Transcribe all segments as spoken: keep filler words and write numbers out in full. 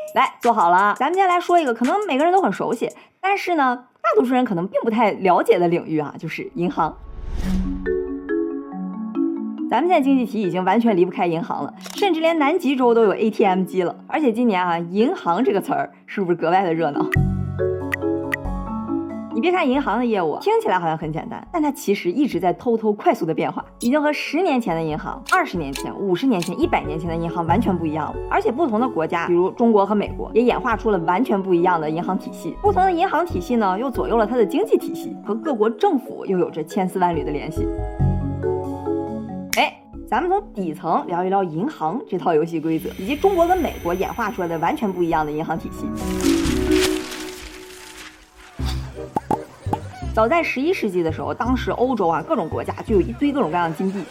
来，坐好了，咱们今天来说一个可能每个人都很熟悉，但是呢，大多数人可能并不太了解的领域啊，就是银行。咱们现在经济体已经完全离不开银行了，甚至连南极洲都有 A T M 机了。而且今年啊，银行这个词儿是不是格外的热闹？你别看银行的业务听起来好像很简单，但它其实一直在偷偷快速的变化，已经和十年前的银行、二十年前、五十年前、一百年前的银行完全不一样了。而且不同的国家，比如中国和美国，也演化出了完全不一样的银行体系。不同的银行体系呢，又左右了它的经济体系，和各国政府又有着千丝万缕的联系。哎，咱们从底层聊一聊银行这套游戏规则，以及中国跟美国演化出来的完全不一样的银行体系。早在十一世纪的时候，当时欧洲啊各种国家就有一堆各种各样的金币，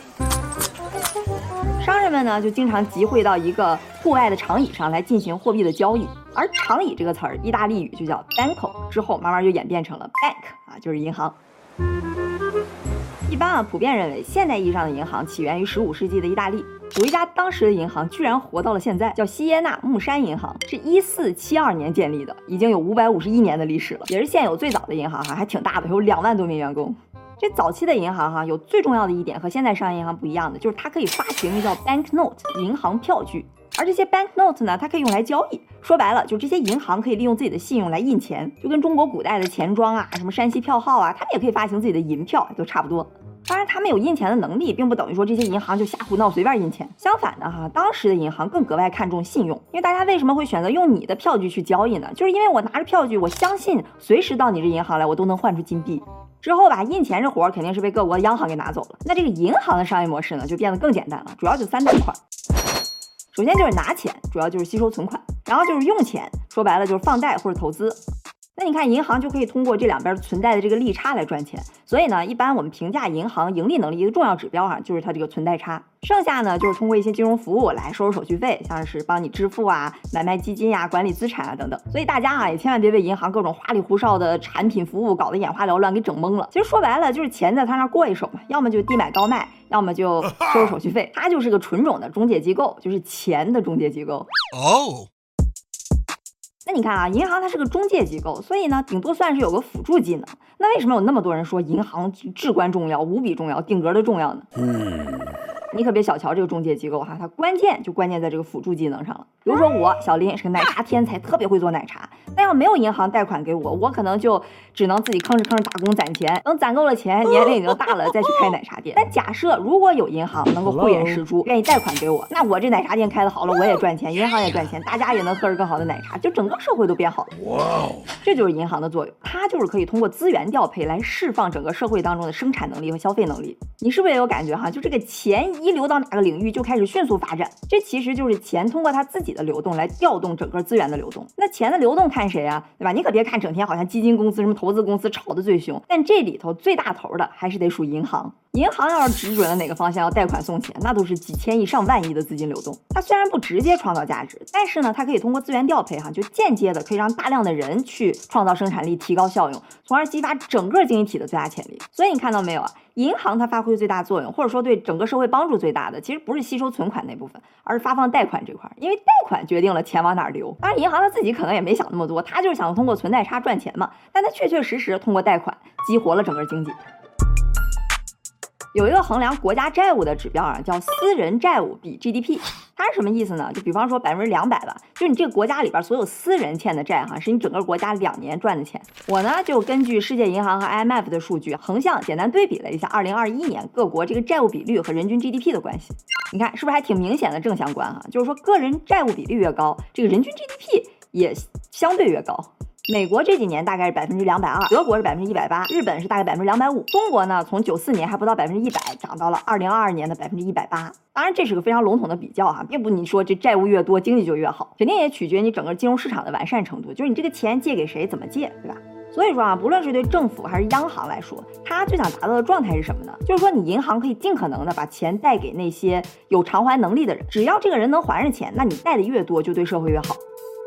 商人们呢就经常集会到一个户外的长椅上来进行货币的交易。而长椅这个词儿，意大利语就叫 banco， 之后慢慢就演变成了 bank 啊，就是银行。一般啊，普遍认为现代意义上的银行起源于十五世纪的意大利。有一家当时的银行居然活到了现在，叫锡耶纳木山银行，是一四七二年建立的，已经有五百五十一年的历史了，也是现有最早的银行哈，还挺大的，有两万多名员工。这早期的银行哈，有最重要的一点和现在商业银行不一样的，就是它可以发行一个叫 banknote 银行票据，而这些 banknote 呢，它可以用来交易。说白了，就这些银行可以利用自己的信用来印钱，就跟中国古代的钱庄啊、什么山西票号啊，他们也可以发行自己的银票，都差不多。当然，他们有印钱的能力，并不等于说这些银行就瞎胡闹随便印钱。相反的哈，当时的银行更格外看重信用，因为大家为什么会选择用你的票据去交易呢？就是因为我拿着票据，我相信随时到你这银行来，我都能换出金币。之后吧，印钱这活儿肯定是被各国的央行给拿走了。那这个银行的商业模式呢，就变得更简单了，主要就三大块。首先就是拿钱，主要就是吸收存款，然后就是用钱，说白了就是放贷或者投资。那你看银行就可以通过这两边存在的这个利差来赚钱，所以呢，一般我们评价银行盈利能力一个重要指标哈，就是它这个存贷差。剩下呢，就是通过一些金融服务来收收手续费，像是帮你支付啊、买卖基金啊、管理资产啊等等。所以大家啊，也千万别被银行各种花里胡哨的产品服务搞得眼花缭乱给整懵了。其实说白了，就是钱在他那过一手嘛，要么就低买高卖，要么就收手续费。它就是个纯种的中介机构，就是钱的中介机构。哦。那你看啊，银行它是个中介机构，所以呢，顶多算是有个辅助技能。那为什么有那么多人说银行至关重要、无比重要、定格的重要呢？嗯，你可别小瞧这个中介机构哈，它关键就关键在这个辅助技能上了。比如说我小林是个奶茶天才，特别会做奶茶，但要没有银行贷款给我，我可能就只能自己吭哧吭哧打工攒钱，等攒够了钱，年龄已经大了再去开奶茶店。但假设如果有银行能够慧眼识珠，愿意贷款给我，那我这奶茶店开得好了，我也赚钱，银行也赚钱，大家也能喝着更好的奶茶，就整个社会都变好了。哇，这就是银行的作用，它就是可以通过资源调配来释放整个社会当中的生产能力和消费能力。你是不是也有感觉哈？就这个钱一流到哪个领域就开始迅速发展，这其实就是钱通过它自己的流动来调动整个资源的流动。那钱的流动看谁啊？对吧？你可别看整天好像基金公司什么投资公司炒得最凶，但这里头最大头的还是得属银行。银行要是指准了哪个方向要贷款送钱，那都是几千亿上万亿的资金流动。它虽然不直接创造价值，但是呢，它可以通过资源调配哈，就间接的可以让大量的人去创造生产力，提高效用，从而激发整个经济体的最大潜力。所以你看到没有啊？银行它发挥最大作用，或者说对整个社会帮助最大的，其实不是吸收存款那部分，而是发放贷款这块，因为贷款决定了钱往哪儿流。当然，银行它自己可能也没想那么多，它就是想通过存贷差赚钱嘛，但它确确实实通过贷款激活了整个经济。有一个衡量国家债务的指标啊，叫私人债务比 G D P。 它是什么意思呢？就比方说百分之两百吧，就你这个国家里边所有私人欠的债哈，是你整个国家两年赚的钱。我呢就根据世界银行和 I M F 的数据横向简单对比了一下二零二一年各国这个债务比率和人均 G D P 的关系。你看是不是还挺明显的正相关哈？就是说个人债务比率越高，这个人均 G D P 也相对越高。美国这几年大概是百分之两百二，德国是百分之一百八，日本是大概百分之两百五，中国呢从九四年还不到百分之一百，涨到了二零二二年的百分之一百八。当然这是个非常笼统的比较哈，并不你说这债务越多经济就越好，肯定也取决于你整个金融市场的完善程度，就是你这个钱借给谁，怎么借，对吧？所以说啊，不论是对政府还是央行来说，它最想达到的状态是什么呢？就是说你银行可以尽可能的把钱贷给那些有偿还能力的人，只要这个人能还上钱，那你贷的越多就对社会越好。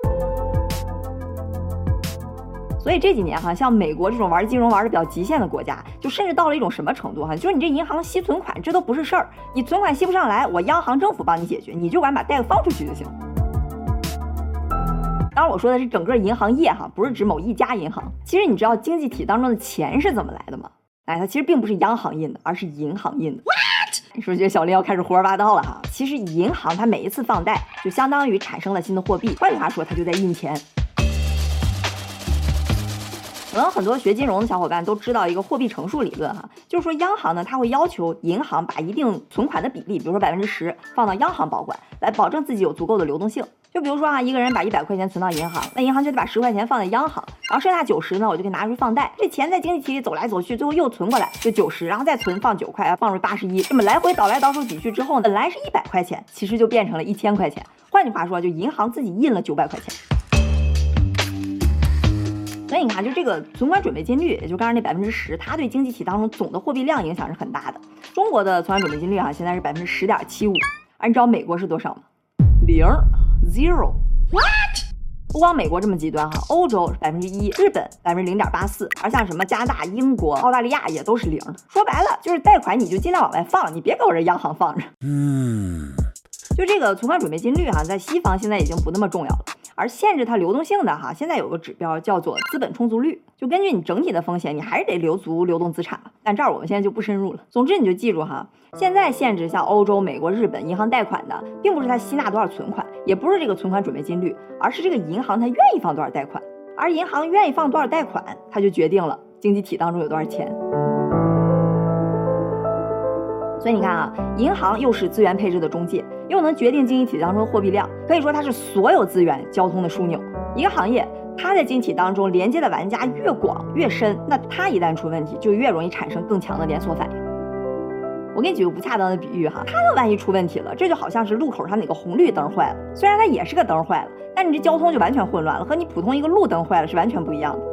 所以这几年哈，像美国这种玩金融玩的比较极限的国家，就甚至到了一种什么程度哈，就是你这银行吸存款这都不是事儿，你存款吸不上来，我央行政府帮你解决，你就管把贷放出去就行。 当然我说的是整个银行业哈，不是指某一家银行。其实你知道经济体当中的钱是怎么来的吗？哎，它其实并不是央行印的，而是银行印的。What？ 你是不是觉得小林要开始胡说八道了哈？其实银行它每一次放贷，就相当于产生了新的货币，换句话说，它就在印钱。可能很多学金融的小伙伴都知道一个货币乘数理论哈，就是说央行呢，它会要求银行把一定存款的比例，比如说百分之十放到央行保管，来保证自己有足够的流动性。就比如说啊，一个人把一百块钱存到银行，那银行就得把十块钱放在央行，然后剩下九十呢，我就给拿出去放贷。这钱在经济体里走来走去，最后又存过来，就九十，然后再存放九块，放入八十一，这么来回倒来倒数几句之后，本来是一百块钱，其实就变成了一千块钱。换句话说，就银行自己印了九百块钱。所以你看，就这个存款准备金率，也就刚才那百分之十，它对经济体当中总的货币量影响是很大的。中国的存款准备金率啊，现在是百分之十点七五，而你知道美国是多少吗？零 zero what？ 不光美国这么极端哈，欧洲是百分之一，日本百分之零点八四，而像什么加拿大、英国、澳大利亚也都是零。说白了，就是贷款你就尽量往外放，你别给我这央行放着。嗯。就这个存款准备金率哈，在西方现在已经不那么重要了，而限制它流动性的哈，现在有个指标叫做资本充足率，就根据你整体的风险，你还是得留足流动资产了。但这儿我们现在就不深入了。总之你就记住哈，现在限制像欧洲、美国、日本银行贷款的，并不是它吸纳多少存款，也不是这个存款准备金率，而是这个银行它愿意放多少贷款，而银行愿意放多少贷款，它就决定了经济体当中有多少钱。所以你看啊，银行又是资源配置的中介，又能决定经济体当中的货币量，可以说它是所有资源交通的枢纽。一个行业它在经济体当中连接的玩家越广越深，那它一旦出问题，就越容易产生更强的连锁反应。我给你举个不恰当的比喻哈，它的万一出问题了，这就好像是路口上哪个红绿灯坏了，虽然它也是个灯坏了，但你这交通就完全混乱了，和你普通一个路灯坏了是完全不一样的。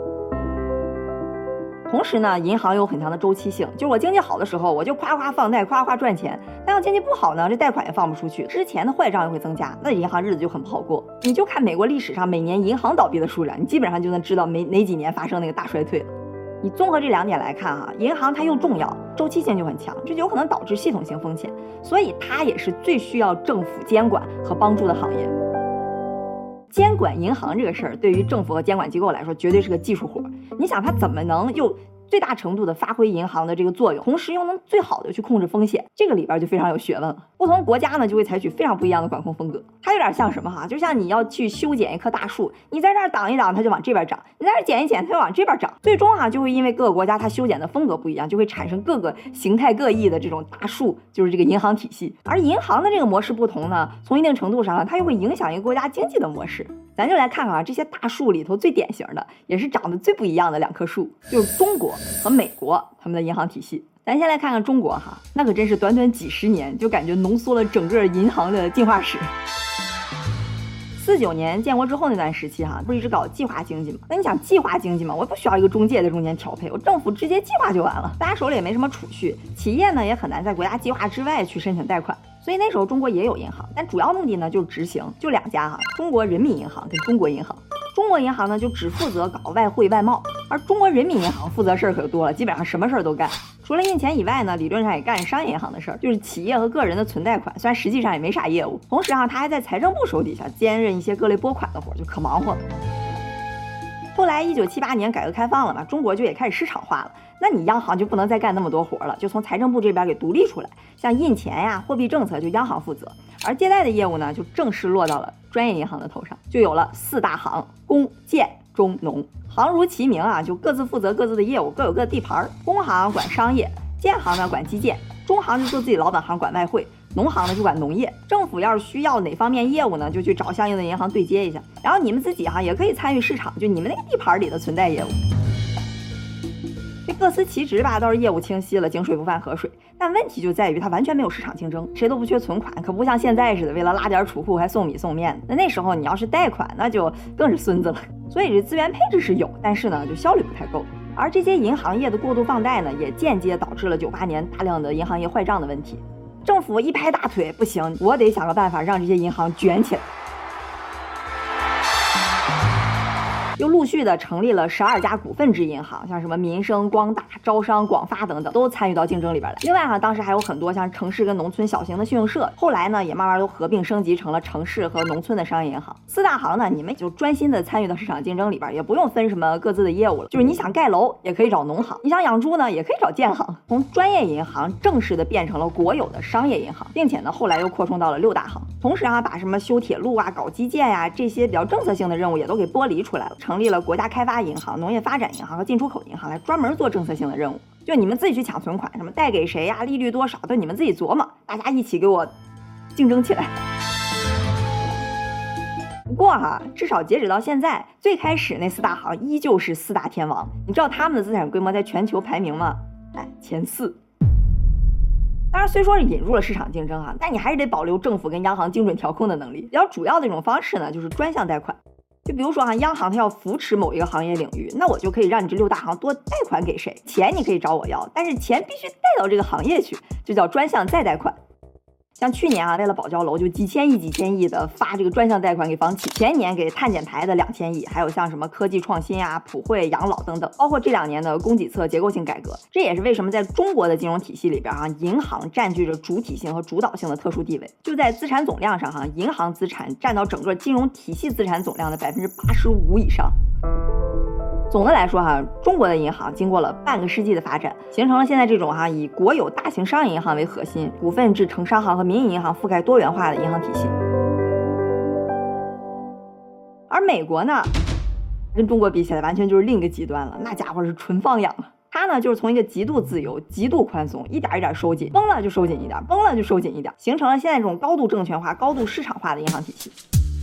同时呢，银行有很强的周期性，就是我经济好的时候，我就夸夸放贷，夸夸赚钱；但要经济不好呢，这贷款也放不出去，之前的坏账也会增加，那银行日子就很不好过。你就看美国历史上每年银行倒闭的数量，你基本上就能知道每哪几年发生那个大衰退了。你综合这两点来看啊，银行它又重要，周期性就很强，这就有可能导致系统性风险，所以它也是最需要政府监管和帮助的行业。监管银行这个事儿，对于政府和监管机构来说，绝对是个技术活。你想，它怎么能又最大程度的发挥银行的这个作用，同时又能最好的去控制风险？这个里边就非常有学问了。不同国家呢，就会采取非常不一样的管控风格。它有点像什么哈？就像你要去修剪一棵大树，你在这儿挡一挡，它就往这边长；你在这儿剪一剪，它就往这边长。最终啊，就会因为各个国家它修剪的风格不一样，就会产生各个形态各异的这种大树，就是这个银行体系。而银行的这个模式不同呢，从一定程度上，它又会影响一个国家经济的模式。咱就来看看啊，这些大树里头最典型的，也是长得最不一样的两棵树，就是中国和美国他们的银行体系。咱先来看看中国哈，那可真是短短几十年就感觉浓缩了整个银行的进化史。四九年建国之后那段时期哈，不是一直搞计划经济吗？那你想计划经济嘛，我不需要一个中介在中间调配，我政府直接计划就完了，大家手里也没什么储蓄，企业呢也很难在国家计划之外去申请贷款。所以那时候中国也有银行，但主要目的呢就是执行，就两家哈，中国人民银行跟中国银行。中国银行呢就只负责搞外汇外贸，而中国人民银行负责事儿可多了，基本上什么事儿都干。除了印钱以外呢，理论上也干商业银行的事儿，就是企业和个人的存贷款，虽然实际上也没啥业务。同时啊，他还在财政部手底下兼任一些各类拨款的活，就可忙活了。后来一九七八年改革开放了嘛，中国就也开始市场化了，那你央行就不能再干那么多活了，就从财政部这边给独立出来，像印钱呀、货币政策就央行负责，而借贷的业务呢就正式落到了专业银行的头上，就有了四大行：工、建、中、农。行如其名啊，就各自负责各自的业务，各有各的地盘。工行管商业，建行呢管基建，中行就做自己老本行管外汇，农行呢就管农业。政府要是需要哪方面业务呢，就去找相应的银行对接一下，然后你们自己哈也可以参与市场，就你们那个地盘里的存贷业务。这各司其职吧，倒是业务清晰了，井水不犯河水。但问题就在于它完全没有市场竞争，谁都不缺存款，可不像现在似的，为了拉点储户还送米送面。那那时候你要是贷款，那就更是孙子了。所以这资源配置是有，但是呢，就效率不太够。而这些银行业的过度放贷呢，也间接导致了九八年大量的银行业坏账的问题。政府一拍大腿，不行，我得想个办法让这些银行卷起来。 又陆续的成立了十二家股份制银行，像什么民生、光大、招商、广发等等，都参与到竞争里边来。另外哈，当时还有很多像城市跟农村小型的信用社，后来呢也慢慢都合并升级成了城市和农村的商业银行。四大行呢，你们就专心的参与到市场竞争里边，也不用分什么各自的业务了，就是你想盖楼也可以找农行，你想养猪呢也可以找建行，从专业银行正式的变成了国有的商业银行，并且呢后来又扩充到了六大行。同时啊，把什么修铁路啊、搞基建呀、啊、这些比较政策性的任务也都给剥离出来了，成立了国家开发银行、农业发展银行和进出口银行来专门做政策性的任务。就你们自己去抢存款，什么贷给谁呀、啊、利率多少，都你们自己琢磨，大家一起给我竞争起来。不过哈，至少截止到现在，最开始那四大行依旧是四大天王。你知道他们的资产规模在全球排名吗？哎，前四。当然，虽说是引入了市场竞争哈，但你还是得保留政府跟央行精准调控的能力。比较主要的一种方式呢，就是专项贷款。就比如说哈，央行它要扶持某一个行业领域，那我就可以让你这六大行多贷款给谁，钱你可以找我要，但是钱必须贷到这个行业去，就叫专项再贷款。像去年啊，为了保交楼，就几千亿、几千亿的发这个专项贷款给房企；前年给碳减排的两千亿，还有像什么科技创新啊、普惠、养老等等，包括这两年的供给侧结构性改革。这也是为什么在中国的金融体系里边啊，银行占据着主体性和主导性的特殊地位。就在资产总量上哈，银行资产占到整个金融体系资产总量的百分之八十五以上。总的来说哈，中国的银行经过了半个世纪的发展，形成了现在这种哈以国有大型商业银行为核心，股份制城商行和民营银行覆盖多元化的银行体系。而美国呢，跟中国比起来完全就是另一个极端了，那家伙是纯放养了。它呢就是从一个极度自由、极度宽松，一点一点收紧，崩了就收紧一点，崩了就收紧一点，形成了现在这种高度证券化、高度市场化的银行体系。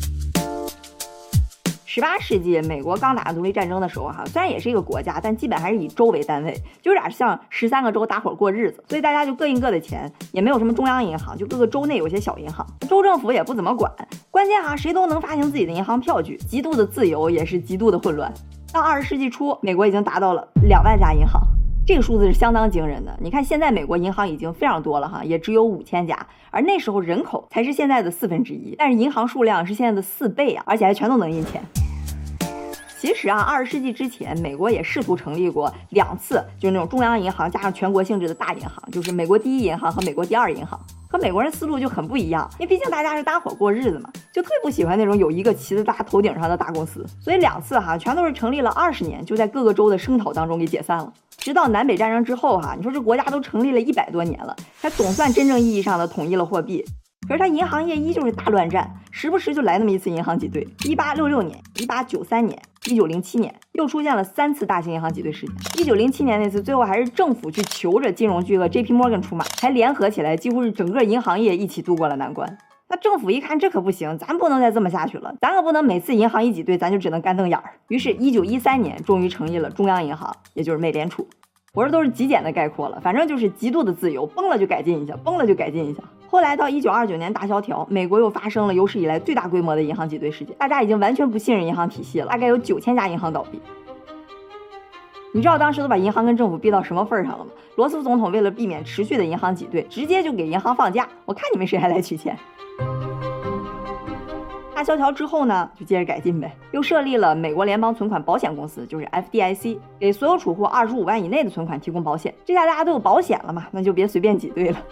十八世纪美国刚打独立战争的时候哈，虽然也是一个国家，但基本还是以州为单位，就有点像十三个州打伙过日子，所以大家就各印各的钱，也没有什么中央银行，就各个州内有些小银行，州政府也不怎么管，关键哈谁都能发行自己的银行票据，极度的自由也是极度的混乱。到二十世纪初，美国已经达到了两万家银行，这个数字是相当惊人的。你看现在美国银行已经非常多了哈，也只有五千家，而那时候人口才是现在的四分之一，但是银行数量是现在的四倍啊，而且还全都能印钱。其实啊，二十世纪之前，美国也试图成立过两次，就是那种中央银行加上全国性质的大银行，就是美国第一银行和美国第二银行。和美国人思路就很不一样，因为毕竟大家是搭伙过日子嘛，就特别不喜欢那种有一个旗子大头顶上的大公司，所以两次哈全都是成立了二十年，就在各个州的声讨当中给解散了。直到南北战争之后哈，你说这国家都成立了一百多年了，才总算真正意义上的统一了货币。可是它银行业依旧是大乱战，时不时就来那么一次银行挤兑。一八六六年、一八九三年、一九零七年又出现了三次大型银行挤兑事件。一九零七年那次，最后还是政府去求着金融巨鳄 J P Morgan 出马，还联合起来，几乎是整个银行业一起度过了难关。那政府一看这可不行，咱不能再这么下去了，咱可不能每次银行一挤兑，咱就只能干瞪眼儿。于是，一九一三年终于成立了中央银行，也就是美联储。我这都是极简的概括了，反正就是极度的自由，崩了就改进一下，崩了就改进一下。后来到一九二九年大萧条，美国又发生了有史以来最大规模的银行挤兑事件，大家已经完全不信任银行体系了，大概有九千家银行倒闭。你知道当时都把银行跟政府逼到什么份上了吗？罗斯福总统为了避免持续的银行挤兑，直接就给银行放假，我看你们谁还来取钱。大萧条之后呢，就接着改进呗，又设立了美国联邦存款保险公司，就是 F D I C， 给所有储户二十五万以内的存款提供保险。这下大家都有保险了嘛，那就别随便挤兑了。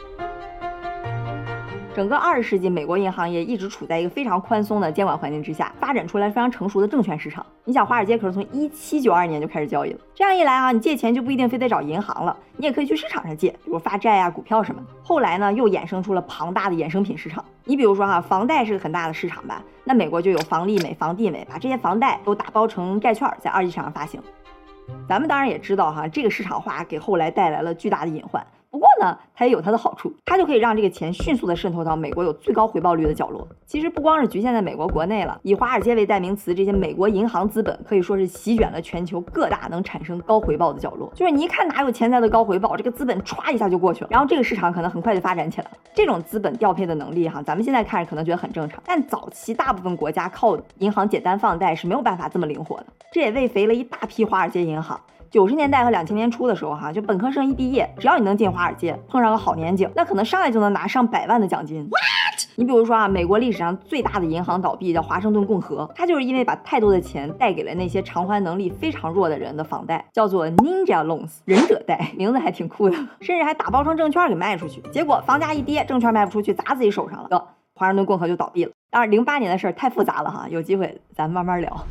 整个二十世纪，美国银行业一直处在一个非常宽松的监管环境之下，发展出来非常成熟的证券市场。你想，华尔街可是从一七九二年就开始交易了，这样一来啊，你借钱就不一定非得找银行了，你也可以去市场上借，比如发债啊、股票什么的。后来呢，又衍生出了庞大的衍生品市场。你比如说哈、啊，房贷是个很大的市场吧，那美国就有房利美、房地美，把这些房贷都打包成债券，在二级市场上发行。咱们当然也知道哈，这个市场化给后来带来了巨大的隐患。不过呢，它也有它的好处，它就可以让这个钱迅速的渗透到美国有最高回报率的角落。其实不光是局限在美国国内了，以华尔街为代名词，这些美国银行资本可以说是席卷了全球各大能产生高回报的角落。就是你一看哪有潜在的高回报，这个资本歘一下就过去了，然后这个市场可能很快就发展起来了。这种资本调配的能力哈，咱们现在看着可能觉得很正常，但早期大部分国家靠银行简单放贷是没有办法这么灵活的，这也喂肥了一大批华尔街银行。九十年代和两千年初的时候哈，就本科生一毕业，只要你能进华尔街，碰上个好年景，那可能上来就能拿上百万的奖金。What？ 你比如说啊，美国历史上最大的银行倒闭叫华盛顿共和，它就是因为把太多的钱贷给了那些偿还能力非常弱的人的房贷，叫做 Ninja Loans 忍者贷，名字还挺酷的，甚至还打包成证券给卖出去。结果房价一跌，证券卖不出去，砸自己手上了，哟，华盛顿共和就倒闭了。当然，零八年的事儿太复杂了哈，有机会咱慢慢聊。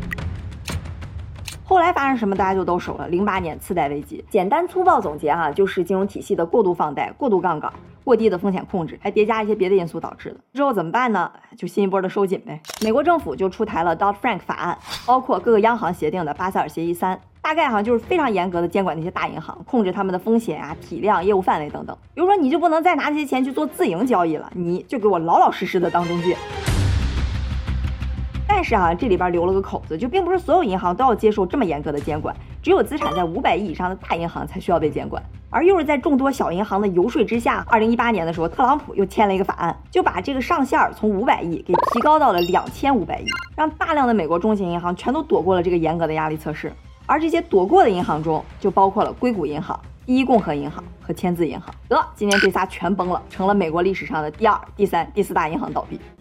后来发生什么大家就都熟了，零八年次贷危机，简单粗暴总结哈、啊，就是金融体系的过度放贷、过度杠杆、过低的风险控制，还叠加一些别的因素导致的。之后怎么办呢？就新一波的收紧呗。美国政府就出台了 Dodd-Frank 法案，包括各个央行协定的巴塞尔协议三，大概哈就是非常严格的监管那些大银行，控制他们的风险啊、体量、业务范围等等。比如说你就不能再拿这些钱去做自营交易了，你就给我老老实实的当中介。但是啊，这里边留了个口子，就并不是所有银行都要接受这么严格的监管，只有资产在五百亿以上的大银行才需要被监管。而又是在众多小银行的游说之下，二零一八年的时候，特朗普又签了一个法案，就把这个上限从五百亿给提高到了两千五百亿，让大量的美国中型银行全都躲过了这个严格的压力测试。而这些躲过的银行中，就包括了硅谷银行、第一共和银行和签字银行。得，今年这仨全崩了，成了美国历史上的第二、第三、第四大银行倒闭。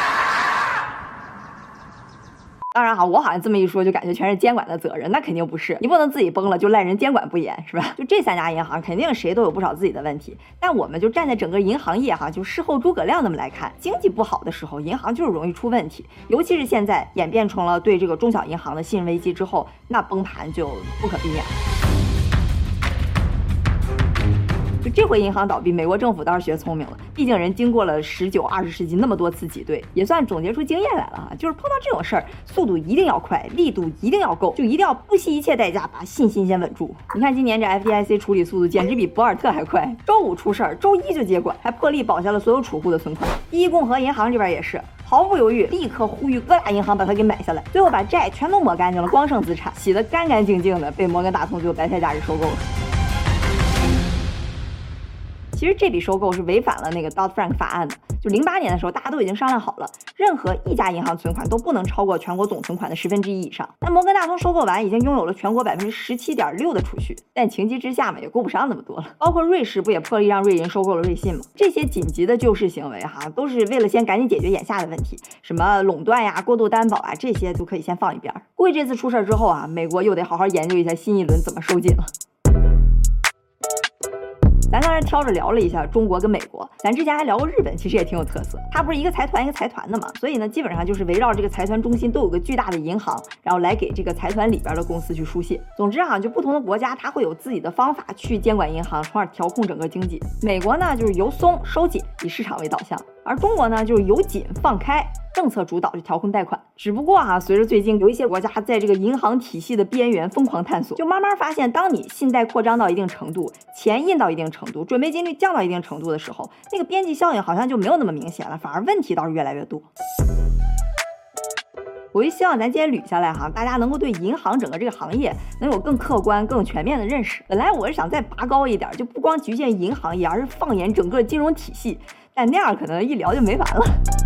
当然哈，我好像这么一说就感觉全是监管的责任，那肯定不是，你不能自己崩了就赖人监管不严，是吧？就这三家银行肯定谁都有不少自己的问题，但我们就站在整个银行业哈，就事后诸葛亮那么来看，经济不好的时候，银行就是容易出问题，尤其是现在演变成了对这个中小银行的信任危机之后，那崩盘就不可避免了。就这回银行倒闭，美国政府倒是学聪明了，毕竟人经过了十九、二十世纪那么多次挤兑，也算总结出经验来了啊。就是碰到这种事儿，速度一定要快，力度一定要够，就一定要不惜一切代价把信心先稳住。你看今年这 F D I C 处理速度简直比博尔特还快，周五出事儿，周一就接管，还破例保下了所有储户的存款。第一共和银行这边也是毫不犹豫，立刻呼吁各大银行把它给买下来，最后把债全都抹干净了，光剩资产，洗得干干净净的，被摩根大通就白菜价值收购了。其实这笔收购是违反了那个 Dodd-Frank 法案的，就零八年的时候大家都已经商量好了，任何一家银行存款都不能超过全国总存款的十分之一以上。那摩根大通收购完已经拥有了全国百分之十七点六的储蓄，但情急之下嘛也顾不上那么多了。包括瑞士不也破例让瑞银收购了瑞信吗？这些紧急的救市行为哈，都是为了先赶紧解决眼下的问题，什么垄断呀、过度担保啊，这些都可以先放一边。估计这次出事之后啊，美国又得好好研究一下新一轮怎么收紧了。咱刚才挑着聊了一下中国跟美国，咱之前还聊过日本，其实也挺有特色。它不是一个财团一个财团的嘛，所以呢，基本上就是围绕这个财团中心都有个巨大的银行，然后来给这个财团里边的公司去输血。总之啊，就不同的国家它会有自己的方法去监管银行，从而调控整个经济。美国呢就是由松收紧，以市场为导向，而中国呢就是由紧放开，政策主导去调控贷款。只不过啊，随着最近有一些国家在这个银行体系的边缘疯狂探索，就慢慢发现，当你信贷扩张到一定程度，钱印到一定程度，准备金率降到一定程度的时候，那个边际效应好像就没有那么明显了，反而问题倒是越来越多。我就希望咱今天捋下来哈，大家能够对银行整个这个行业能有更客观、更全面的认识。本来我是想再拔高一点，就不光局限银行业，而是放眼整个金融体系，但那样可能一聊就没完了。